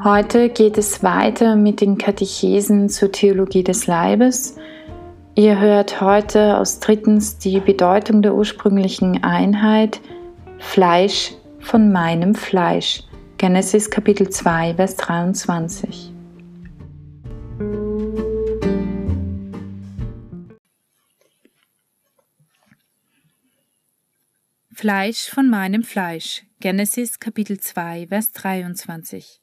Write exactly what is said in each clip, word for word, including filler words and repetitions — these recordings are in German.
Heute geht es weiter mit den Katechesen zur Theologie des Leibes. Ihr hört heute aus drittens die Bedeutung der ursprünglichen Einheit Fleisch von meinem Fleisch. Genesis Kapitel zwei, Vers dreiundzwanzig. Fleisch von meinem Fleisch. Genesis Kapitel zwei, Vers dreiundzwanzig.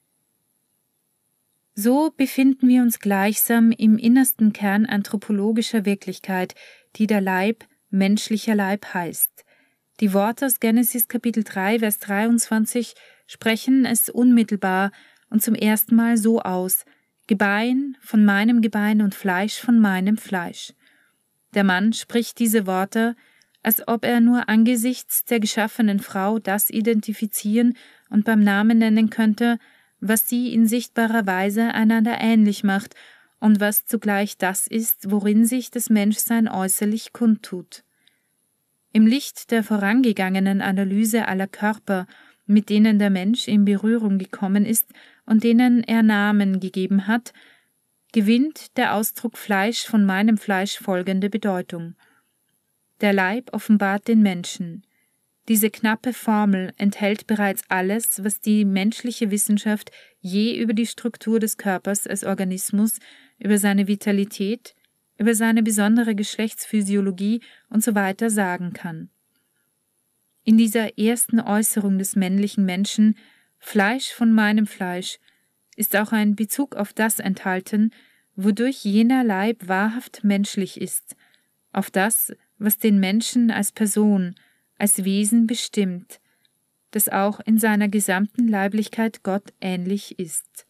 So befinden wir uns gleichsam im innersten Kern anthropologischer Wirklichkeit, die der Leib menschlicher Leib heißt. Die Worte aus Genesis Kapitel drei, Vers dreiundzwanzig sprechen es unmittelbar und zum ersten Mal so aus: Gebein von meinem Gebein und Fleisch von meinem Fleisch. Der Mann spricht diese Worte, als ob er nur angesichts der geschaffenen Frau das identifizieren und beim Namen nennen könnte, was sie in sichtbarer Weise einander ähnlich macht und was zugleich das ist, worin sich das Menschsein äußerlich kundtut. Im Licht der vorangegangenen Analyse aller Körper, mit denen der Mensch in Berührung gekommen ist und denen er Namen gegeben hat, gewinnt der Ausdruck Fleisch von meinem Fleisch folgende Bedeutung. Der Leib offenbart den Menschen. Diese knappe Formel enthält bereits alles, was die menschliche Wissenschaft je über die Struktur des Körpers als Organismus, über seine Vitalität, über seine besondere Geschlechtsphysiologie usw. sagen kann. In dieser ersten Äußerung des männlichen Menschen, Fleisch von meinem Fleisch, ist auch ein Bezug auf das enthalten, wodurch jener Leib wahrhaft menschlich ist, auf das, was den Menschen als Person, als Wesen bestimmt, das auch in seiner gesamten Leiblichkeit Gott ähnlich ist.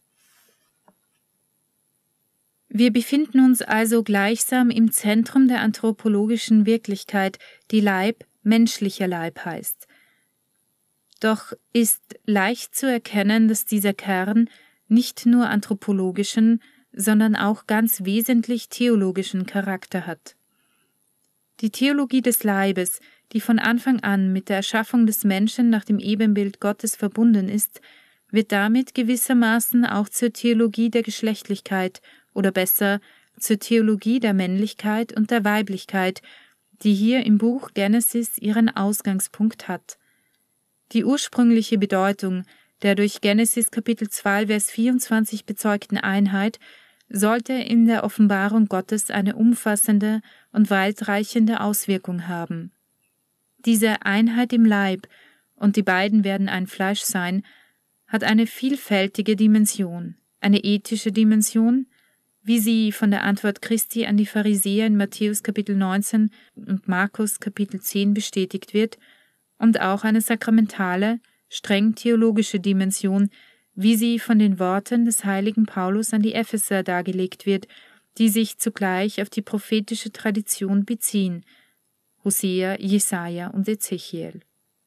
Wir befinden uns also gleichsam im Zentrum der anthropologischen Wirklichkeit, die Leib menschlicher Leib heißt. Doch ist leicht zu erkennen, dass dieser Kern nicht nur anthropologischen, sondern auch ganz wesentlich theologischen Charakter hat. Die Theologie des Leibes, die von Anfang an mit der Erschaffung des Menschen nach dem Ebenbild Gottes verbunden ist, wird damit gewissermaßen auch zur Theologie der Geschlechtlichkeit oder besser zur Theologie der Männlichkeit und der Weiblichkeit, die hier im Buch Genesis ihren Ausgangspunkt hat. Die ursprüngliche Bedeutung der durch Genesis Kapitel zwei, Vers vierundzwanzig bezeugten Einheit sollte in der Offenbarung Gottes eine umfassende und weitreichende Auswirkung haben. Diese Einheit im Leib, und die beiden werden ein Fleisch sein, hat eine vielfältige Dimension, eine ethische Dimension, wie sie von der Antwort Christi an die Pharisäer in Matthäus Kapitel neunzehn und Markus Kapitel zehn bestätigt wird, und auch eine sakramentale, streng theologische Dimension, wie sie von den Worten des heiligen Paulus an die Epheser dargelegt wird, die sich zugleich auf die prophetische Tradition beziehen, Hosea, Jesaja und Ezechiel.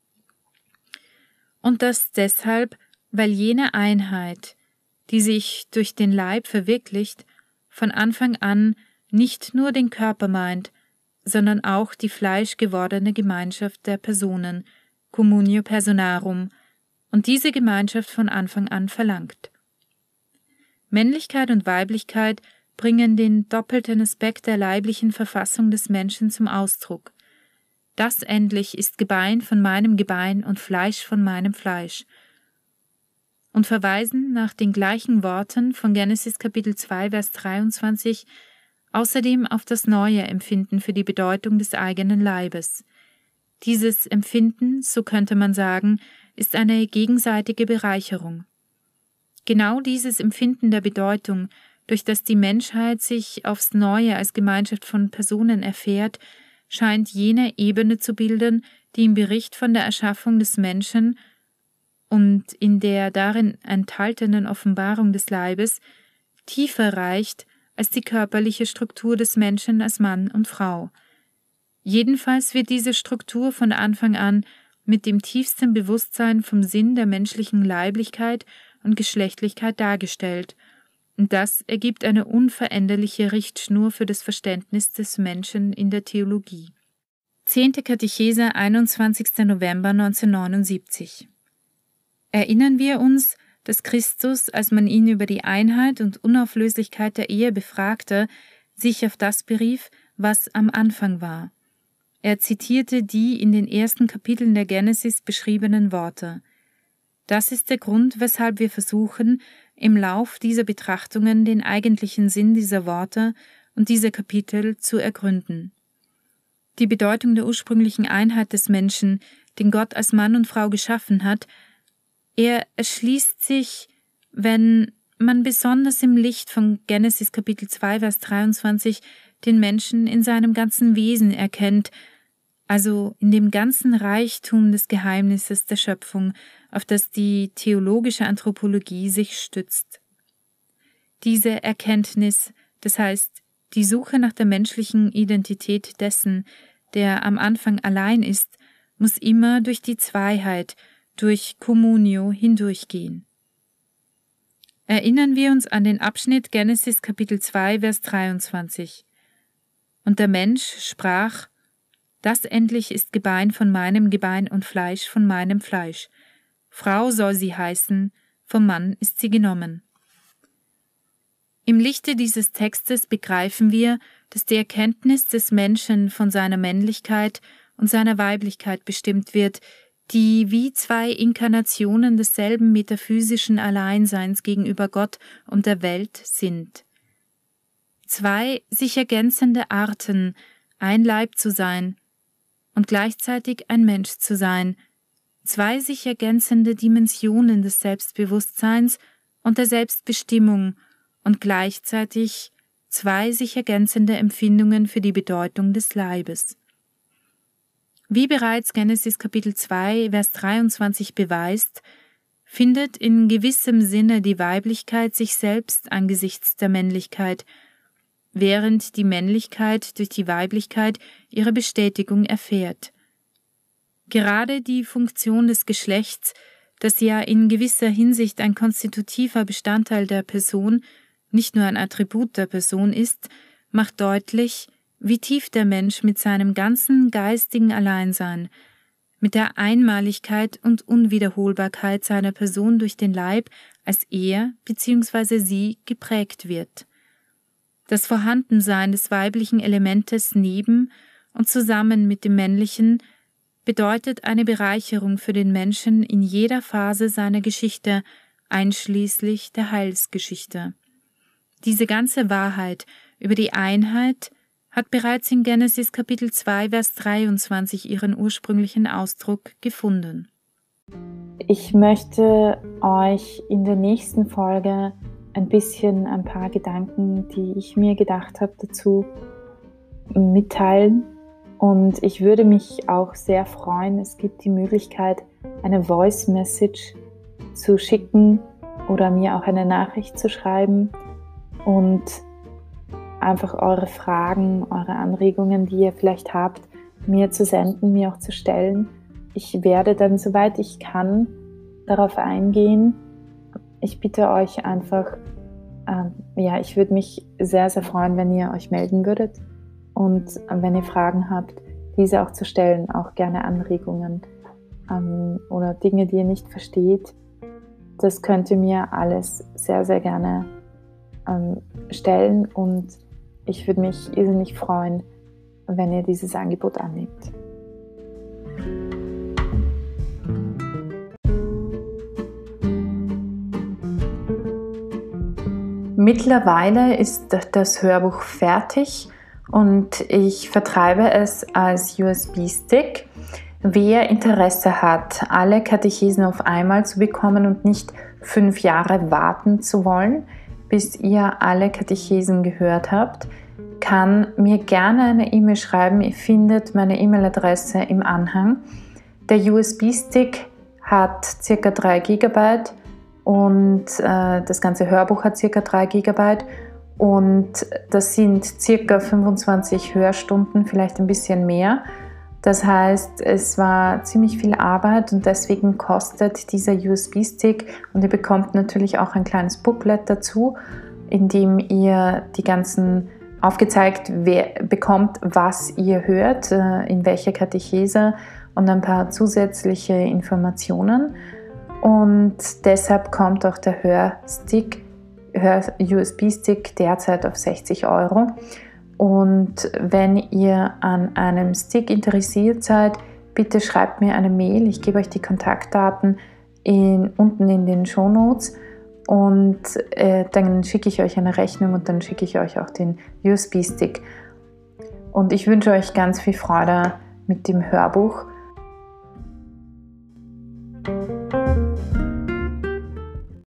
Und das deshalb, weil jene Einheit, die sich durch den Leib verwirklicht, von Anfang an nicht nur den Körper meint, sondern auch die fleischgewordene Gemeinschaft der Personen, Communio Personarum, und diese Gemeinschaft von Anfang an verlangt. Männlichkeit und Weiblichkeit bringen den doppelten Aspekt der leiblichen Verfassung des Menschen zum Ausdruck. Das endlich ist Gebein von meinem Gebein und Fleisch von meinem Fleisch, und verweisen nach den gleichen Worten von Genesis Kapitel zwei, Vers dreiundzwanzig außerdem auf das neue Empfinden für die Bedeutung des eigenen Leibes. Dieses Empfinden, so könnte man sagen, ist eine gegenseitige Bereicherung. Genau dieses Empfinden der Bedeutung, durch das die Menschheit sich aufs Neue als Gemeinschaft von Personen erfährt, scheint jene Ebene zu bilden, die im Bericht von der Erschaffung des Menschen und in der darin enthaltenen Offenbarung des Leibes tiefer reicht als die körperliche Struktur des Menschen als Mann und Frau. Jedenfalls wird diese Struktur von Anfang an mit dem tiefsten Bewusstsein vom Sinn der menschlichen Leiblichkeit und Geschlechtlichkeit dargestellt, und das ergibt eine unveränderliche Richtschnur für das Verständnis des Menschen in der Theologie. Zehnte Katechese, einundzwanzigster November neunzehnhundertneunundsiebzig. Erinnern wir uns, dass Christus, als man ihn über die Einheit und Unauflöslichkeit der Ehe befragte, sich auf das berief, was am Anfang war. Er zitierte die in den ersten Kapiteln der Genesis beschriebenen Worte. Das ist der Grund, weshalb wir versuchen, im Lauf dieser Betrachtungen den eigentlichen Sinn dieser Worte und dieser Kapitel zu ergründen. Die Bedeutung der ursprünglichen Einheit des Menschen, den Gott als Mann und Frau geschaffen hat, er erschließt sich, wenn man besonders im Licht von Genesis Kapitel zwei, Vers dreiundzwanzig den Menschen in seinem ganzen Wesen erkennt, also in dem ganzen Reichtum des Geheimnisses der Schöpfung, auf das die theologische Anthropologie sich stützt. Diese Erkenntnis, das heißt die Suche nach der menschlichen Identität dessen, der am Anfang allein ist, muss immer durch die Zweiheit, durch Communio hindurchgehen. Erinnern wir uns an den Abschnitt Genesis Kapitel zwei, Vers dreiundzwanzig. Und der Mensch sprach: Das endlich ist Gebein von meinem Gebein und Fleisch von meinem Fleisch. Frau soll sie heißen, vom Mann ist sie genommen. Im Lichte dieses Textes begreifen wir, dass die Erkenntnis des Menschen von seiner Männlichkeit und seiner Weiblichkeit bestimmt wird, die wie zwei Inkarnationen desselben metaphysischen Alleinseins gegenüber Gott und der Welt sind. Zwei sich ergänzende Arten, ein Leib zu sein und gleichzeitig ein Mensch zu sein, zwei sich ergänzende Dimensionen des Selbstbewusstseins und der Selbstbestimmung und gleichzeitig zwei sich ergänzende Empfindungen für die Bedeutung des Leibes. Wie bereits Genesis Kapitel zwei, Vers dreiundzwanzig beweist, findet in gewissem Sinne die Weiblichkeit sich selbst angesichts der Männlichkeit, während die Männlichkeit durch die Weiblichkeit ihre Bestätigung erfährt. Gerade die Funktion des Geschlechts, das ja in gewisser Hinsicht ein konstitutiver Bestandteil der Person, nicht nur ein Attribut der Person ist, macht deutlich, wie tief der Mensch mit seinem ganzen geistigen Alleinsein, mit der Einmaligkeit und Unwiederholbarkeit seiner Person durch den Leib als er bzw. sie geprägt wird. Das Vorhandensein des weiblichen Elementes neben und zusammen mit dem männlichen bedeutet eine Bereicherung für den Menschen in jeder Phase seiner Geschichte, einschließlich der Heilsgeschichte. Diese ganze Wahrheit über die Einheit hat bereits in Genesis Kapitel zwei, Vers dreiundzwanzig ihren ursprünglichen Ausdruck gefunden. Ich möchte euch in der nächsten Folge ein bisschen ein paar Gedanken, die ich mir gedacht habe, dazu mitteilen. Und ich würde mich auch sehr freuen, es gibt die Möglichkeit, eine Voice Message zu schicken oder mir auch eine Nachricht zu schreiben und einfach eure Fragen, eure Anregungen, die ihr vielleicht habt, mir zu senden, mir auch zu stellen. Ich werde dann, soweit ich kann, darauf eingehen. Ich bitte euch einfach, äh, ja, ich würde mich sehr, sehr freuen, wenn ihr euch melden würdet und äh, wenn ihr Fragen habt, diese auch zu stellen, auch gerne Anregungen ähm, oder Dinge, die ihr nicht versteht. Das könnt ihr mir alles sehr, sehr gerne ähm, stellen und ich würde mich irrsinnig freuen, wenn ihr dieses Angebot annimmt. Mittlerweile ist das Hörbuch fertig und ich vertreibe es als U S B-Stick. Wer Interesse hat, alle Katechesen auf einmal zu bekommen und nicht fünf Jahre warten zu wollen, bis ihr alle Katechesen gehört habt, kann mir gerne eine E-Mail schreiben. Ihr findet meine E-Mail-Adresse im Anhang. Der U S B-Stick hat ca. drei Gigabyte und äh, das ganze Hörbuch hat ca. drei Gigabyte und das sind ca. fünfundzwanzig Hörstunden, vielleicht ein bisschen mehr. Das heißt, es war ziemlich viel Arbeit und deswegen kostet dieser U S B-Stick und ihr bekommt natürlich auch ein kleines Booklet dazu, in dem ihr die ganzen aufgezeigt wer, bekommt, was ihr hört, in welcher Katechese und ein paar zusätzliche Informationen. und deshalb kommt auch der Hörstick, Hör-U S B-Stick derzeit auf sechzig Euro. Und wenn ihr an einem Stick interessiert seid, bitte schreibt mir eine Mail. Ich gebe euch die Kontaktdaten in, unten in den Shownotes und äh, dann schicke ich euch eine Rechnung und dann schicke ich euch auch den U S B-Stick. Und ich wünsche euch ganz viel Freude mit dem Hörbuch